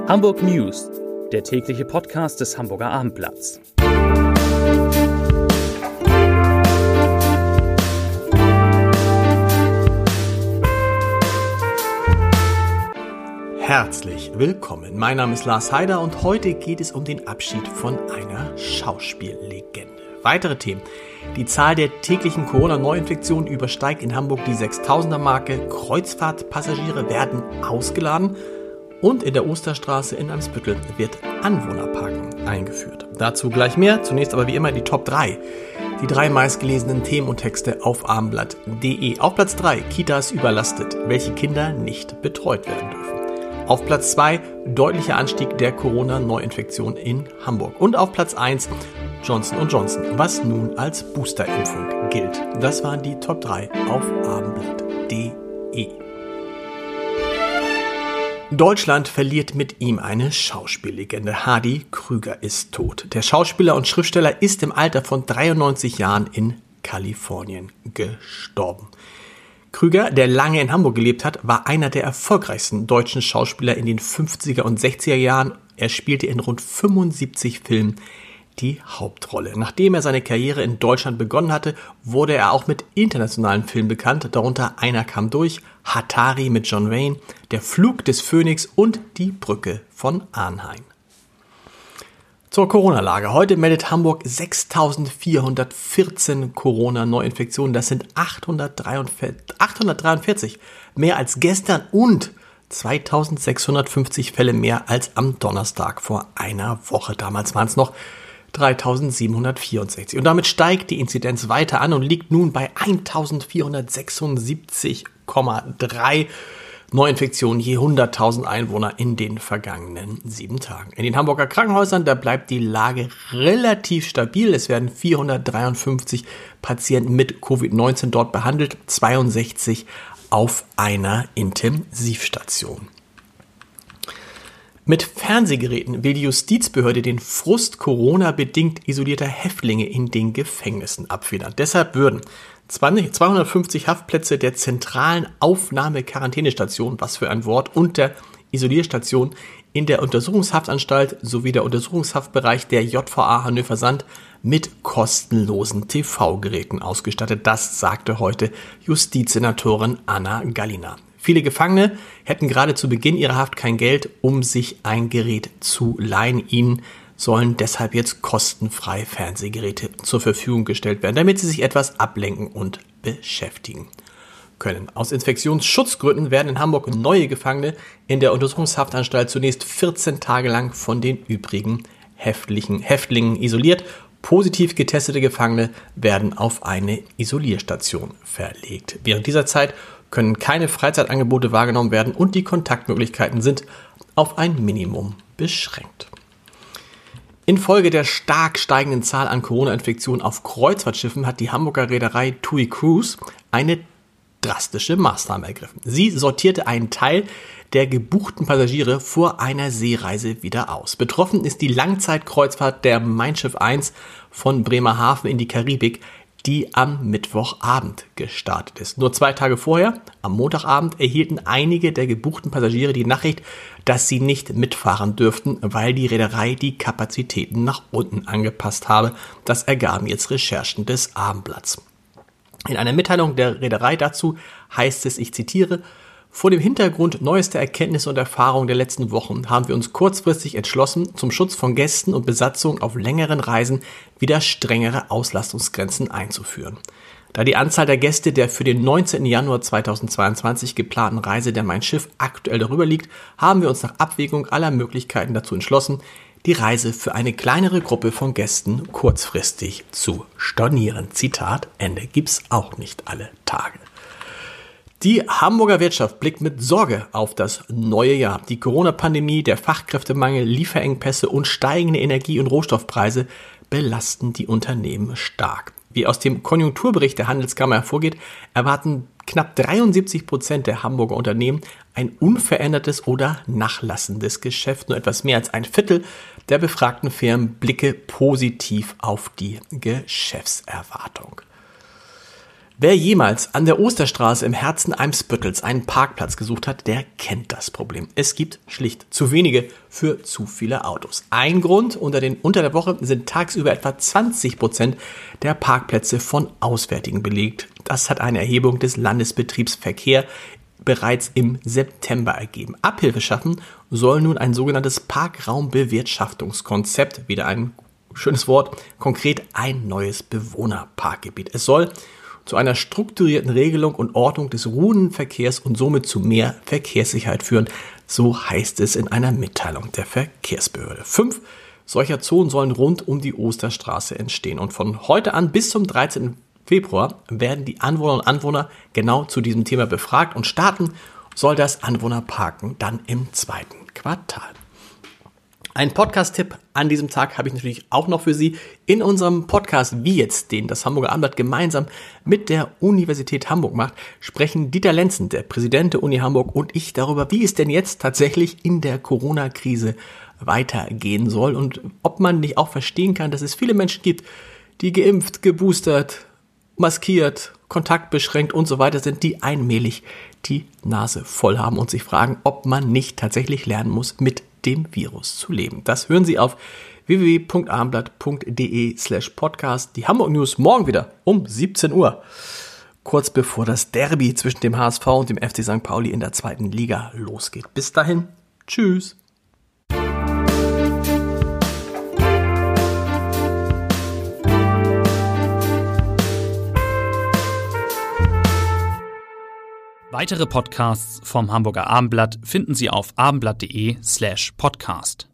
Hamburg News, der tägliche Podcast des Hamburger Abendblatts. Herzlich willkommen. Mein Name ist Lars Heider und heute geht es um den Abschied von einer Schauspiellegende. Weitere Themen. Die Zahl der täglichen Corona-Neuinfektionen übersteigt in Hamburg die 6000er-Marke. Kreuzfahrtpassagiere werden ausgeladen. Und in der Osterstraße in Eimsbüttel wird Anwohnerparken eingeführt. Dazu gleich mehr. Zunächst aber wie immer die Top 3. Die 3 meistgelesenen Themen und Texte auf abendblatt.de. Auf Platz 3, Kitas überlastet, welche Kinder nicht betreut werden dürfen. Auf Platz 2, deutlicher Anstieg der Corona-Neuinfektion in Hamburg. Und auf Platz 1, Johnson & Johnson, was nun als Boosterimpfung gilt. Das waren die Top 3 auf abendblatt.de. Deutschland verliert mit ihm eine Schauspiellegende. Hardy Krüger ist tot. Der Schauspieler und Schriftsteller ist im Alter von 93 Jahren in Kalifornien gestorben. Krüger, der lange in Hamburg gelebt hat, war einer der erfolgreichsten deutschen Schauspieler in den 50er und 60er Jahren. Er spielte in rund 75 Filmen die Hauptrolle. Nachdem er seine Karriere in Deutschland begonnen hatte, wurde er auch mit internationalen Filmen bekannt, darunter Einer kam durch, Hatari mit John Wayne, Der Flug des Phönix und Die Brücke von Arnheim. Zur Corona-Lage. Heute meldet Hamburg 6.414 Corona-Neuinfektionen. Das sind 843 mehr als gestern und 2.650 Fälle mehr als am Donnerstag vor einer Woche. Damals waren es noch 3.764. Und damit steigt die Inzidenz weiter an und liegt nun bei 1.476,3 Neuinfektionen je 100.000 Einwohner in den vergangenen 7 Tagen. In den Hamburger Krankenhäusern, da bleibt die Lage relativ stabil. Es werden 453 Patienten mit Covid-19 dort behandelt, 62 auf einer Intensivstation. Mit Fernsehgeräten will die Justizbehörde den Frust Corona-bedingt isolierter Häftlinge in den Gefängnissen abfedern. Deshalb würden 250 Haftplätze der zentralen Aufnahme-Quarantänestation, was für ein Wort, und der Isolierstation in der Untersuchungshaftanstalt sowie der Untersuchungshaftbereich der JVA Hannover-Sand mit kostenlosen TV-Geräten ausgestattet. Das sagte heute Justizsenatorin Anna Gallina. Viele Gefangene hätten gerade zu Beginn ihrer Haft kein Geld, um sich ein Gerät zu leihen. Ihnen sollen deshalb jetzt kostenfrei Fernsehgeräte zur Verfügung gestellt werden, damit sie sich etwas ablenken und beschäftigen können. Aus Infektionsschutzgründen werden in Hamburg neue Gefangene in der Untersuchungshaftanstalt zunächst 14 Tage lang von den übrigen Häftlingen isoliert. Positiv getestete Gefangene werden auf eine Isolierstation verlegt. Während dieser Zeit können keine Freizeitangebote wahrgenommen werden und die Kontaktmöglichkeiten sind auf ein Minimum beschränkt. Infolge der stark steigenden Zahl an Corona-Infektionen auf Kreuzfahrtschiffen hat die Hamburger Reederei TUI Cruise eine drastische Maßnahme ergriffen. Sie sortierte einen Teil der gebuchten Passagiere vor einer Seereise wieder aus. Betroffen ist die Langzeitkreuzfahrt der Mein Schiff 1 von Bremerhaven in die Karibik, die am Mittwochabend gestartet ist. Nur 2 Tage vorher, am Montagabend, erhielten einige der gebuchten Passagiere die Nachricht, dass sie nicht mitfahren dürften, weil die Reederei die Kapazitäten nach unten angepasst habe. Das ergaben jetzt Recherchen des Abendblatts. In einer Mitteilung der Reederei dazu heißt es, ich zitiere: Vor dem Hintergrund neuester Erkenntnisse und Erfahrungen der letzten Wochen haben wir uns kurzfristig entschlossen, zum Schutz von Gästen und Besatzung auf längeren Reisen wieder strengere Auslastungsgrenzen einzuführen. Da die Anzahl der Gäste der für den 19. Januar 2022 geplanten Reise der Mein Schiff aktuell darüber liegt, haben wir uns nach Abwägung aller Möglichkeiten dazu entschlossen, die Reise für eine kleinere Gruppe von Gästen kurzfristig zu stornieren. Zitat Ende. Gibt's auch nicht alle Tage. Die Hamburger Wirtschaft blickt mit Sorge auf das neue Jahr. Die Corona-Pandemie, der Fachkräftemangel, Lieferengpässe und steigende Energie- und Rohstoffpreise belasten die Unternehmen stark. Wie aus dem Konjunkturbericht der Handelskammer hervorgeht, erwarten knapp 73% der Hamburger Unternehmen ein unverändertes oder nachlassendes Geschäft. Nur etwas mehr als ein Viertel der befragten Firmen blicke positiv auf die Geschäftserwartung. Wer jemals an der Osterstraße im Herzen Eimsbüttels einen Parkplatz gesucht hat, der kennt das Problem. Es gibt schlicht zu wenige für zu viele Autos. Ein Grund, unter der Woche sind tagsüber etwa 20% der Parkplätze von Auswärtigen belegt. Das hat eine Erhebung des Landesbetriebs Verkehr bereits im September ergeben. Abhilfe schaffen soll nun ein sogenanntes Parkraumbewirtschaftungskonzept, wieder ein schönes Wort, konkret ein neues Bewohnerparkgebiet. Es soll zu einer strukturierten Regelung und Ordnung des ruhenden Verkehrs und somit zu mehr Verkehrssicherheit führen, so heißt es in einer Mitteilung der Verkehrsbehörde. 5 solcher Zonen sollen rund um die Osterstraße entstehen und von heute an bis zum 13. Februar werden die Anwohner und Anwohner genau zu diesem Thema befragt und starten soll das Anwohnerparken dann im 2. Quartal. Ein Podcast-Tipp an diesem Tag habe ich natürlich auch noch für Sie. In unserem Podcast, wie jetzt den das Hamburger Abendblatt gemeinsam mit der Universität Hamburg macht, sprechen Dieter Lenzen, der Präsident der Uni Hamburg, und ich darüber, wie es denn jetzt tatsächlich in der Corona-Krise weitergehen soll und ob man nicht auch verstehen kann, dass es viele Menschen gibt, die geimpft, geboostert, maskiert, kontaktbeschränkt und so weiter sind, die allmählich die Nase voll haben und sich fragen, ob man nicht tatsächlich lernen muss, mit dem Virus zu leben. Das hören Sie auf www.abendblatt.de/podcast. Die Hamburg News morgen wieder um 17 Uhr. Kurz bevor das Derby zwischen dem HSV und dem FC St. Pauli in der 2. Liga losgeht. Bis dahin, tschüss. Weitere Podcasts vom Hamburger Abendblatt finden Sie auf abendblatt.de/podcast.